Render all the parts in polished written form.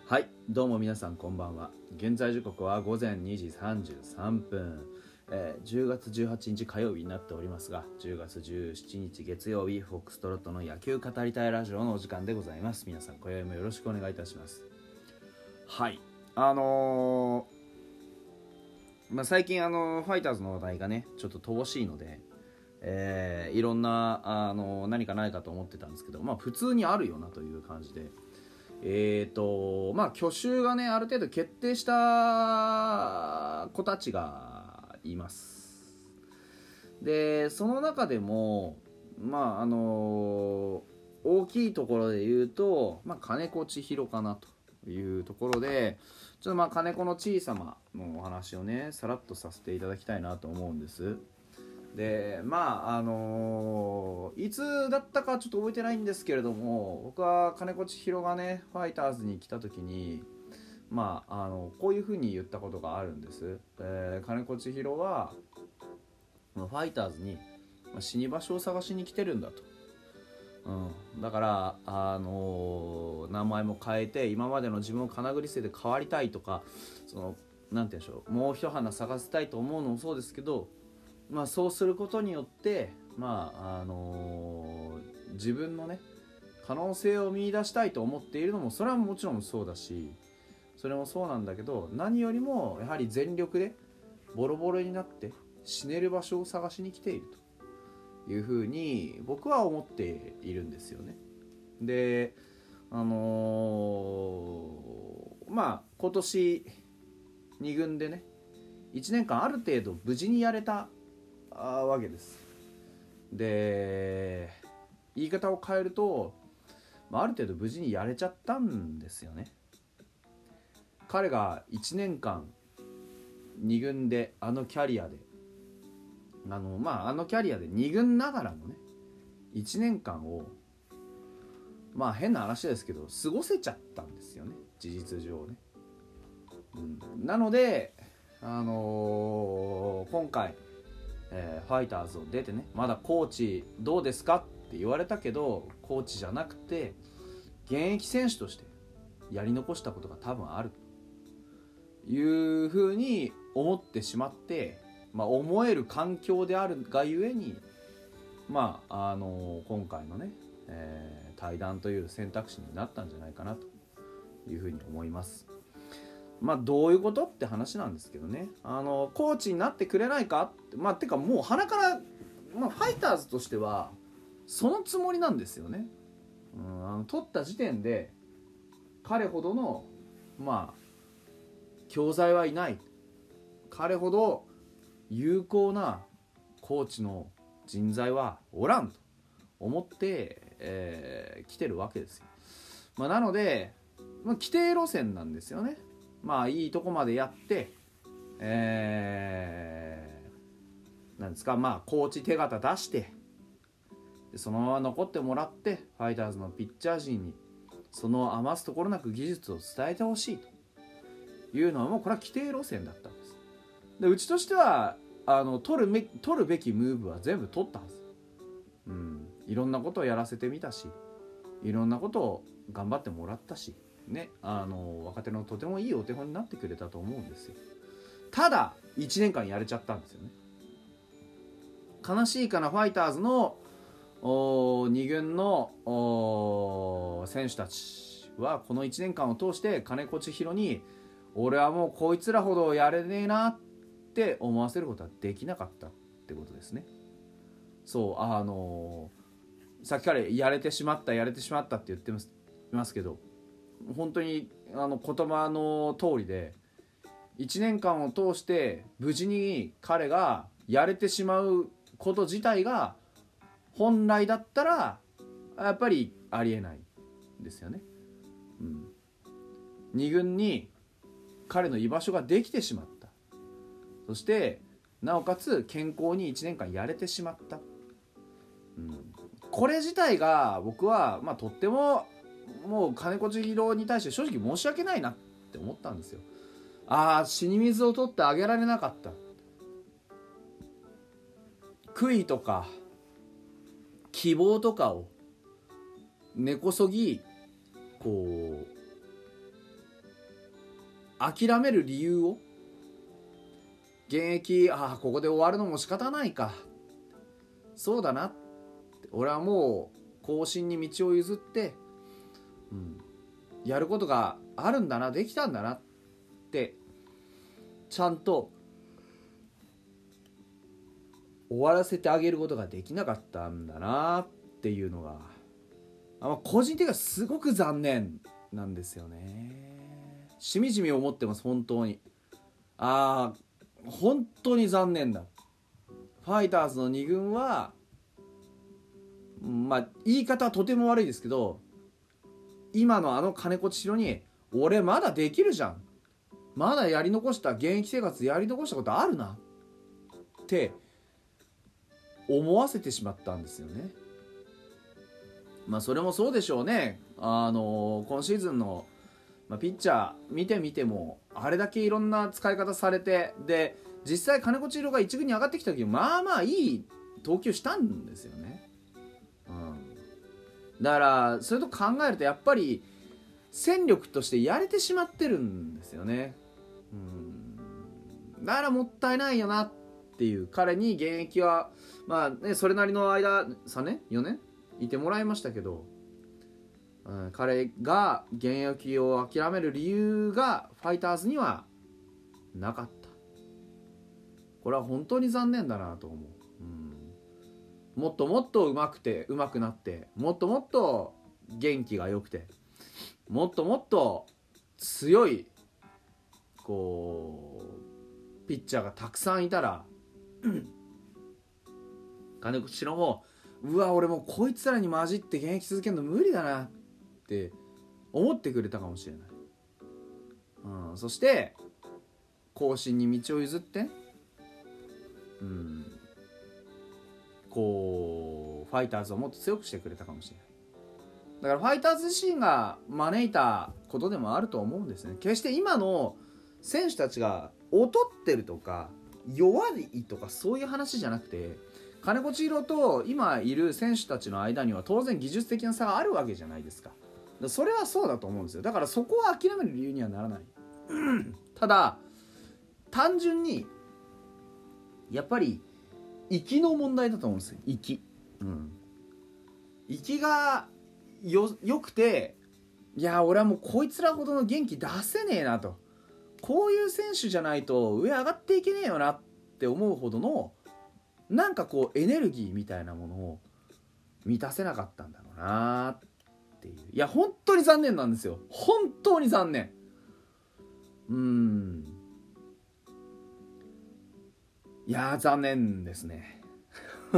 はい、どうも皆さんこんばんは。現在時刻は午前2時33分、10月18日火曜日になっておりますが、10月17日月曜日、フォックストロットの野球語りたいラジオのお時間でございます。皆さん今宵もよろしくお願いいたします。はい、最近ファイターズの話題がねちょっと乏しいので、いろんな何かないかと思ってたんですけど、普通にあるよなという感じで、去就がねある程度決定した子たちがいます。でその中でも大きいところで言うと、金子千尋かなというところで、ちょっと金子の小さまのお話をねさらっとさせていただきたいなと思うんです。でいつだったかちょっと覚えてないんですけれども、僕は金子千尋がねファイターズに来た時にこういう風に言ったことがあるんです。金子千尋はファイターズに死に場所を探しに来てるんだと、だから名前も変えて今までの自分を金栗生で変わりたいとか、なんて言うんでしょう、もう一花探したいと思うのもそうですけど、そうすることによって自分のね可能性を見出したいと思っているのもそれはもちろんそうだし、それもそうなんだけど、何よりもやはり全力でボロボロになって死ねる場所を探しに来ているというふうに僕は思っているんですよね。で今年2軍でね1年間ある程度無事にやれたわけです。で言い方を変えると、ある程度無事にやれちゃったんですよね。彼が1年間2軍でキャリアでキャリアで2軍ながらもね1年間を変な話ですけど過ごせちゃったんですよね、事実上ね。なので今回ファイターズを出てね、まだコーチどうですかって言われたけど、コーチじゃなくて現役選手としてやり残したことが多分あるというふうに思ってしまって、思える環境であるがゆえに今回のね、退団という選択肢になったんじゃないかなというふうに思います。どういうことって話なんですけどね、コーチになってくれないかって、てかもう鼻から、ファイターズとしてはそのつもりなんですよね。取った時点で彼ほどの教材はいない、彼ほど有効なコーチの人材はおらんと思って、来てるわけですよ。なので、規定路線なんですよね。いいとこまでやって、なんですか、コーチ手形出してそのまま残ってもらって、ファイターズのピッチャー陣にその余すところなく技術を伝えてほしいというのはもうこれは規定路線だったんです。でうちとしては取るべきムーブは全部取ったはず。いろんなことをやらせてみたし、いろんなことを頑張ってもらったしね、若手のとてもいいお手本になってくれたと思うんですよ。ただ1年間やれちゃったんですよね。悲しいかな、ファイターズの2軍の選手たちはこの1年間を通して金子千尋に俺はもうこいつらほどやれねえなって思わせることはできなかったってことですね。そうさっきからやれてしまったって言ってますけど、本当に言葉の通りで1年間を通して無事に彼がやれてしまうこと自体が本来だったらやっぱりありえないんですよね。2軍に彼の居場所ができてしまった、そしてなおかつ健康に1年間やれてしまった、これ自体が僕はとってももう金子千尋に対して正直申し訳ないなって思ったんですよ。死に水を取ってあげられなかった、悔いとか希望とかを根こそぎ諦める理由を、現役ここで終わるのも仕方ないか、そうだな、俺はもう後進に道を譲って、やることがあるんだな、できたんだなってちゃんと終わらせてあげることができなかったんだなっていうのが個人的にはすごく残念なんですよね。しみじみ思ってます。本当に本当に残念だ。ファイターズの2軍は言い方はとても悪いですけど、今の金子千尋に俺まだできるじゃん、まだやり残した現役生活やり残したことあるなって思わせてしまったんですよね。それもそうでしょうね。今シーズンの、ピッチャー見てみてもあれだけいろんな使い方されて、で実際金子千尋が1軍に上がってきた時いい投球したんですよね。だからそれと考えるとやっぱり戦力としてやれてしまってるんですよね。だからもったいないよなっていう。彼に現役はそれなりの間3年4年いてもらいましたけど、彼が現役を諦める理由がファイターズにはなかった。これは本当に残念だなと思う。もっともっと上手くなって、もっともっと元気が良くて、もっともっと強いピッチャーがたくさんいたら金子千尋も俺もうこいつらに混じって現役続けるの無理だなって思ってくれたかもしれない。そして後進に道を譲ってファイターズをもっと強くしてくれたかもしれない。だからファイターズ自身が招いたことでもあると思うんですね。決して今の選手たちが劣ってるとか弱いとかそういう話じゃなくて、金子千尋と今いる選手たちの間には当然技術的な差があるわけじゃないですか。それはそうだと思うんですよ。だからそこは諦める理由にはならない。ただ単純にやっぱり息の問題だと思うんですよ。息がよくて、俺はもうこいつらほどの元気出せねえなと、こういう選手じゃないと上上がっていけねえよなって思うほどのエネルギーみたいなものを満たせなかったんだろうなっていう。本当に残念なんですよ。本当に残念。残念ですね。こ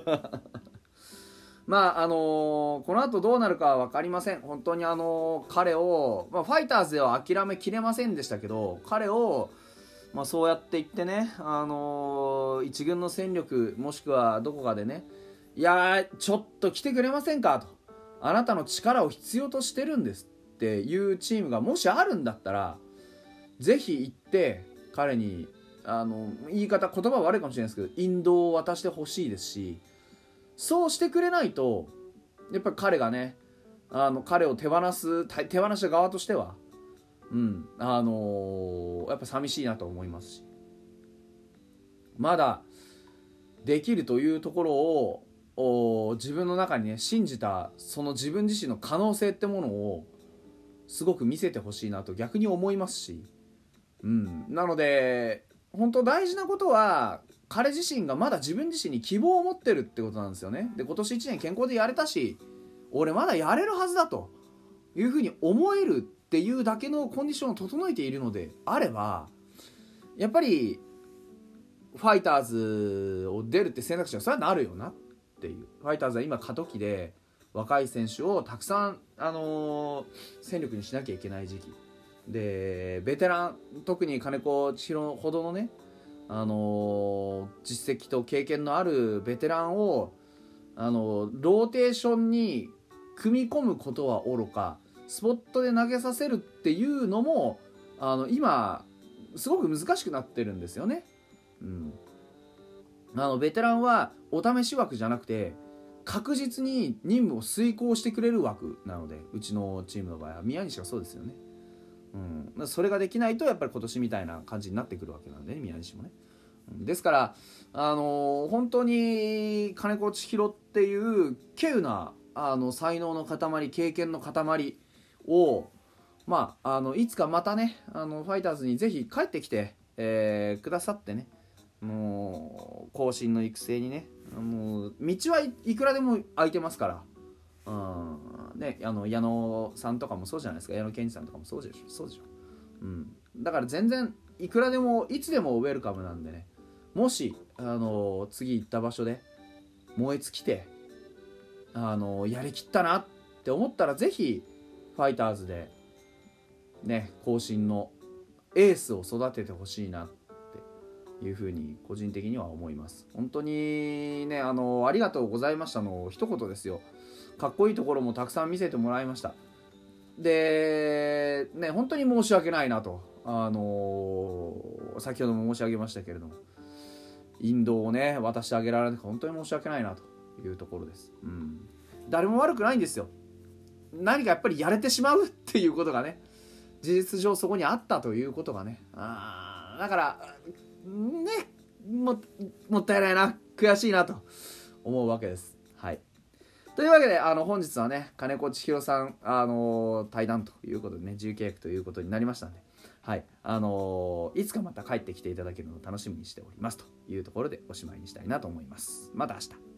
の後どうなるかは分かりません。本当に彼を、ファイターズでは諦めきれませんでしたけど、彼を、そうやって言ってね、一軍の戦力もしくはどこかでね、ちょっと来てくれませんかと、あなたの力を必要としてるんですっていうチームがもしあるんだったら、ぜひ行って彼に言葉悪いかもしれないですけど引導を渡してほしいですし、そうしてくれないとやっぱり彼がね彼を手放した側としてはやっぱ寂しいなと思いますし、まだできるというところを自分の中にね信じたその自分自身の可能性ってものをすごく見せてほしいなと逆に思いますし、なので本当大事なことは彼自身がまだ自分自身に希望を持ってるってことなんですよね。で今年1年健康でやれたし、俺まだやれるはずだというふうに思えるっていうだけのコンディションを整えているのであれば、やっぱりファイターズを出るって選択肢はそれはなるよなっていう。ファイターズは今過渡期で若い選手をたくさん、戦力にしなきゃいけない時期で、ベテラン特に金子千尋ほどのね、実績と経験のあるベテランをローテーションに組み込むことはおろかスポットで投げさせるっていうのも今すごく難しくなってるんですよね。ベテランはお試し枠じゃなくて確実に任務を遂行してくれる枠なので、うちのチームの場合は宮西がそうですよね。 それができないとやっぱり今年みたいな感じになってくるわけなんでね、宮西もね。ですから本当に金子千尋っていう稀有な才能の塊、経験の塊をいつかまたねファイターズにぜひ帰ってきて、くださってね、もう後進の育成にね、もう道はいくらでも空いてますから、ね、矢野さんとかもそうじゃないですか、矢野健二さんとかもそうでしょ、だから全然いくらでもいつでもウェルカムなんでね、もし次行った場所で燃え尽きてやりきったなって思ったらぜひファイターズでね後進のエースを育ててほしいなっていうふうに個人的には思います。本当にねありがとうございましたの一言ですよ。かっこいいところもたくさん見せてもらいました。でね本当に申し訳ないなと先ほども申し上げましたけれども、引導をね渡してあげられなくて本当に申し訳ないなというところです。誰も悪くないんですよ。何かやっぱりやれてしまうっていうことがね事実上そこにあったということがね、だからねもったいないな、悔しいなと思うわけです。はい。というわけで本日はね金子千尋さん対談ということでね自由契約ということになりましたんで、はい、いつかまた帰ってきていただけるのを楽しみにしておりますというところでおしまいにしたいなと思います。また明日。